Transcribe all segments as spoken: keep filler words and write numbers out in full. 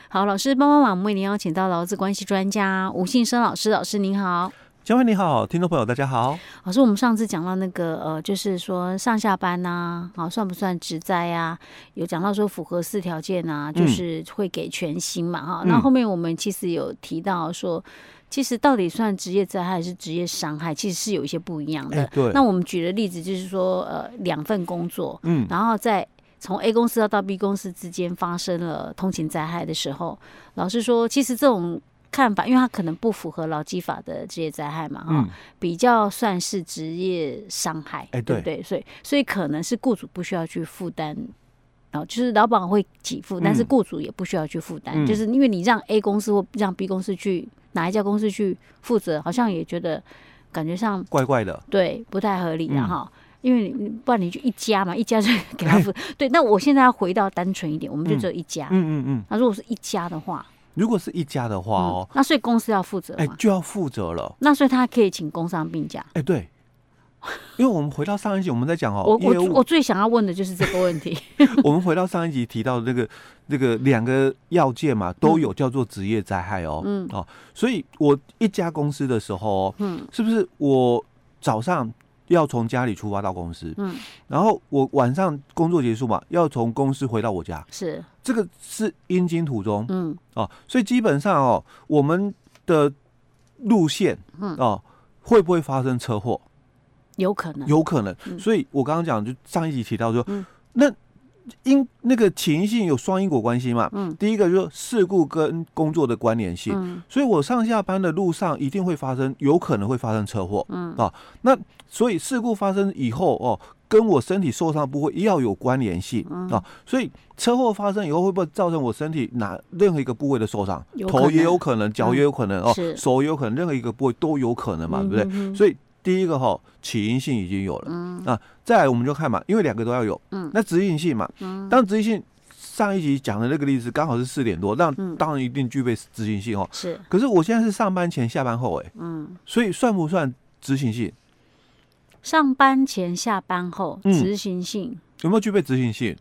好，老师帮帮忙，我们为您邀请到劳资关系专家吴信生老师，老师您好。 嘉惠你好，听众朋友大家好。 老师，我们上次讲到那个呃，就是说上下班呐、啊，好算不算职灾啊？有讲到说符合四条件啊，就是会给全薪嘛哈。那、嗯、后面我们其实有提到说，其实到底算职业灾害还是职业伤害，其实是有一些不一样的。 欸、对。 那我们举的例子就是说，呃，两份工作，嗯，然后在从 A 公司要到 B 公司之间发生了通勤灾害的时候，老师说，其实这种看法，因为它可能不符合劳基法的职业灾害嘛，哈、嗯，比较算是职业伤害，欸、对不对？所以，所以可能是雇主不需要去负担，哦，就是劳保会给付，但是雇主也不需要去负担、嗯，就是因为你让 A 公司或让 B 公司去哪一家公司去负责，好像也觉得感觉上怪怪的，对，不太合理的哈。嗯，因为你不然你就一家嘛，一家就给他付。对，那我现在要回到单纯一点，我们就只有一家。嗯嗯嗯。那如果是一家的话， 如果是一家的话哦， 嗯、那所以公司要负责嘛，哎、 欸，就要负责了。 那所以他可以请工伤病假。 哎、欸，对。因为我们回到上一集，我们在讲哦， 我我我最想要问的就是这个问题。 我们回到上一集提到的这个这个两个要件嘛，都有叫做职业灾害哦。嗯。哦，所以我一家公司的时候，嗯，是不是我早上要从家里出发到公司，嗯，然后我晚上工作结束嘛，要从公司回到我家，是这个是阴经途中，嗯，哦，所以基本上哦，我们的路线，嗯，哦，会不会发生车祸？ 有可能， 有可能。嗯、所以我刚刚讲，就上一集提到说，嗯、那因那个起因性有双因果关系嘛，嗯，第一个就是事故跟工作的关联性，嗯，所以我上下班的路上一定会发生，有可能会发生车祸，嗯啊，那所以事故发生以后哦，跟我身体受伤的部位要有关联性、嗯、啊，所以车祸发生以后会不会造成我身体哪任何一个部位的受伤？头也有可能，脚也有可能、嗯、哦，手也有可能，任何一个部位都有可能嘛，嗯、对不对？所以第一个哈、哦，起因性已经有了，嗯啊，再来我们就看嘛，因为两个都要有，嗯，那执行性嘛，嗯，当执行性上一集讲的那个例子刚好是四点多，那当然一定具备执行性哦，是。可是我现在是上班前下班后，哎，嗯，所以算不算执行性？ 上班前下班后执行性、嗯、 有没有具备执行性？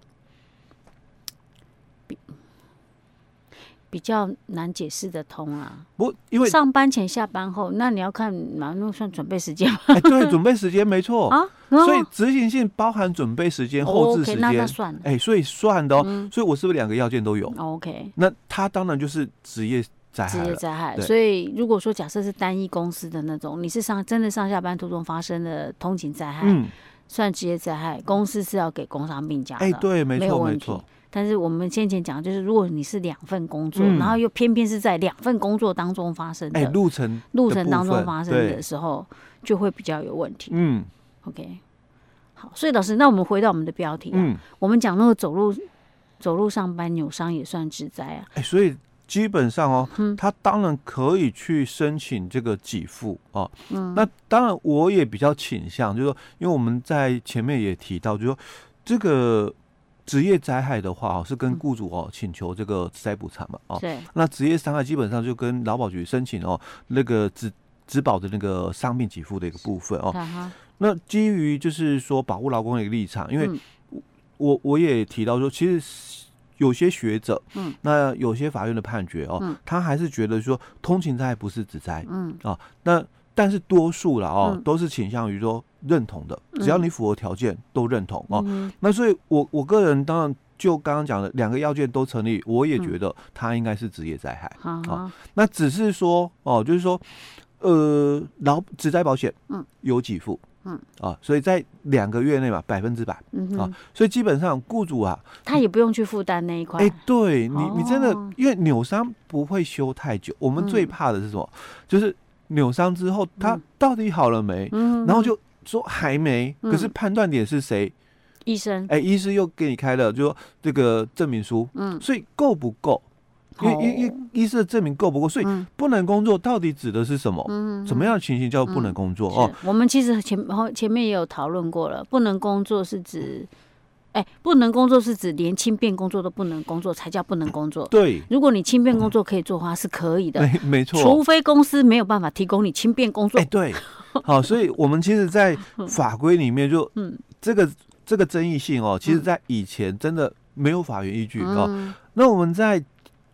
比较难解释得通啊。 不，因为上班前下班后，那你要看哪那算准备时间吗？ 哎、欸，对，准备时间没错啊。所以执行性包含准备时间、后置时间， 那那算了。 哎、欸，所以算的哦、嗯。所以我是不是两个要件都有、 哦、？OK。 那它当然就是职业灾害了。 职业灾害。所以如果说假设是单一公司的那种，你是上真的上下班途中发生的通勤灾害，嗯，算职业灾害，公司是要给工伤病假的。 哎、欸，对，没错，没错。 但是我们先前讲，就是如果你是两份工作、嗯，然后又偏偏是在两份工作当中发生的， 哎、欸，路程路程当中发生的时候，就会比较有问题。嗯 ，OK， 好，所以老师，那我们回到我们的标题、啊，嗯，我们讲那个走路走路上班扭伤也算职灾啊。 哎、欸，所以基本上哦，嗯，他当然可以去申请这个给付哦。嗯，那当然我也比较倾向，就是说，因为我们在前面也提到，就是说这个。职业灾害的话，是跟雇主哦请求这个职灾补偿嘛，哦，那职业伤害基本上就跟劳保局申请哦那个职职保的那个伤病给付的一个部分哦。Uh-huh. 那基于就是说保护劳工的一个立场，因为我我也提到说，其实有些学者，嗯，那有些法院的判决哦，嗯、他还是觉得说通勤灾害不是职灾，嗯啊、哦，那。但是多数啦哦、嗯，都是倾向于说认同的，只要你符合条件都认同哦、嗯。那所以我我个人当然就刚刚讲的两个要件都成立，我也觉得它应该是职业灾害、嗯哦、那只是说哦，就是说呃劳职灾保险嗯有给付嗯啊，所以在两个月内嘛百分之百啊，所以基本上雇主啊他也不用去负担那一块。 哎、欸，对你你真的、哦、因为扭伤不会休太久，我们最怕的是什么？嗯、就是扭伤之后，他到底好了没？嗯、然后就说还没，嗯、可是判断点是谁？ 医生。 哎、欸，医师又给你开了，就说这个证明书。嗯，所以够不够？因为因为医师的证明够不够？所以不能工作到底指的是什么？嗯，什么样的情形叫不能工作？嗯、哦， 我们其实前前面也有讨论过了，不能工作是指。哎、欸，不能工作是指连轻便工作都不能工作才叫不能工作。 对， 如果你轻便工作可以做的话，是可以的。 没没错， 除非公司没有办法提供你轻便工作。 哎、欸，对，好，所以我们其实，在法规里面就，嗯，这个这个争议性哦，其实在以前真的没有法源依据、嗯、哦。那我们在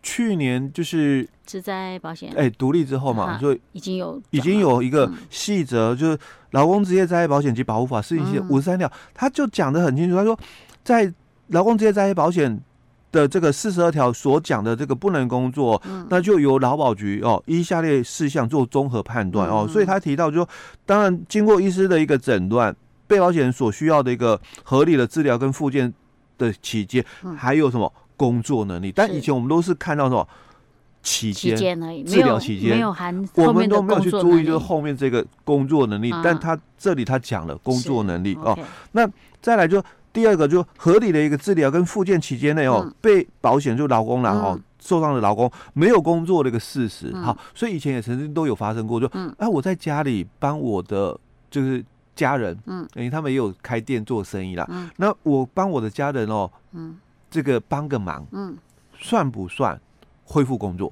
去年就是职灾保险， 哎，独立之后嘛，所以已经有已经有一个细则，嗯、就是《劳工职业灾害保险及保护法》施行期五十三条，他就讲得很清楚，他说在劳工职业灾害保险的这个四十二条所讲的这个不能工作，嗯、那就由劳保局哦依下列事项做综合判断哦，嗯、所以他提到就说，当然经过医师的一个诊断，被保险人所需要的一个合理的治疗跟复健的期间，嗯、还有什么工作能力，但以前我们都是看到什么期间而已， 治疗期间没有含我们都没有去注意就是后面这个工作能力，啊、但他这里他讲了工作能力哦， okay、那再来就。第二个就合理的一个治疗跟复健期间内哦，嗯、被保险就劳工啦哦，嗯、受伤的劳工没有工作的一个事实，嗯、好，所以以前也曾经都有发生过，就哎、嗯啊、我在家里帮我的就是家人，嗯，因为他们也有开店做生意啦，嗯、那我帮我的家人哦，嗯，这个帮个忙，嗯，算不算恢复工作？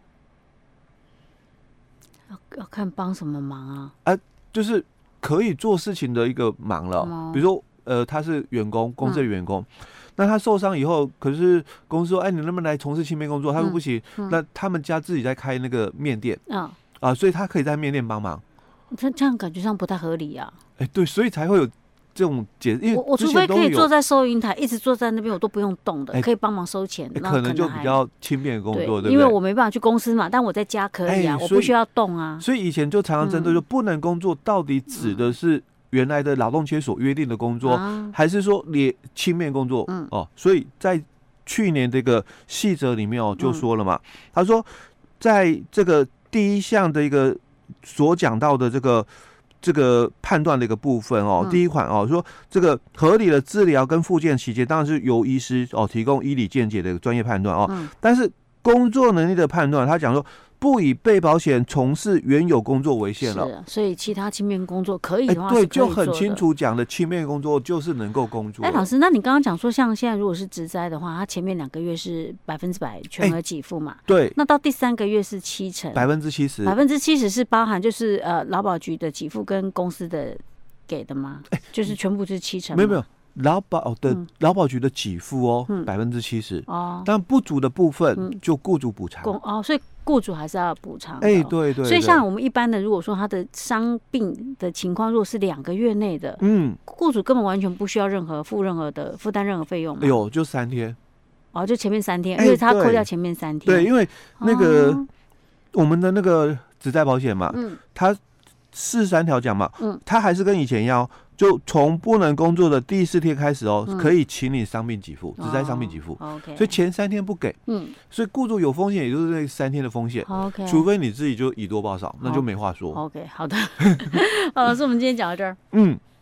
要要看帮什么忙啊？ 啊，就是可以做事情的一个忙了，嗯、比如说。呃，他是员工，公司的员工，嗯、那他受伤以后，可是公司说，哎，你能不能来从事轻便工作？他说不行，嗯嗯、那他们家自己在开那个面店，啊、啊，所以他可以在面店帮忙。 这这样感觉上不太合理啊。 哎，对，所以才会有这种解，因为我我除非可以坐在收银台，一直坐在那边，我都不用动的，欸、可以帮忙收钱， 欸、可能就比较轻便的工作，对，对不对？ 因为我没办法去公司嘛，但我在家可以啊，欸、我不需要动啊。 所以以前就常常针对说不能工作，到底指的是？原来的劳动契约所约定的工作，啊、还是说也轻便工作？嗯、哦，所以在去年这个细则里面哦，就说了嘛，嗯、他说在这个第一项的一个所讲到的这个这个判断的一个部分哦，嗯、第一款哦，说这个合理的治疗跟复健期间，当然是由医师哦提供医理见解的专业判断哦，嗯、但是工作能力的判断，他讲说。不以被保险从事原有工作为限了， 是，所以其他轻便工作可以的话是可以做的， 欸、对，就很清楚讲的，轻便工作就是能够工作。 哎，老师，那你刚刚讲说，像现在如果是职灾的话，它前面两个月是百分之百全额给付嘛？欸、 对。 那到第三个月是七成， 百分之七十， 百分之七十是包含就是呃劳保局的给付跟公司的给的吗？欸、就是全部是七成？ 没有没有。劳保的劳保局的给付哦，百分之七十哦，但不足的部分就雇主补偿、 嗯、哦，所以雇主还是要补偿。 哎、欸，对 对, 对。 所以像我们一般的，如果说他的伤病的情况，如果是两个月内的，嗯，雇主根本完全不需要任何付任何的负担任何费用嘛。 有就三天， 哦，就前面三天，因为他扣掉前面三天。 对，因为那个、哦、我们的那个职灾保险嘛，嗯，它四十三条讲嘛，嗯，它还是跟以前一样。就从不能工作的第四天开始哦，嗯、可以请你伤病给付，职灾伤病给付。 哦、OK， 所以前三天不给，嗯，所以雇主有风险，也就是那三天的风险。 OK， 除非你自己就以多报少，那就没话说。 OK， 好的，好，老师，我们今天讲到这儿。 嗯。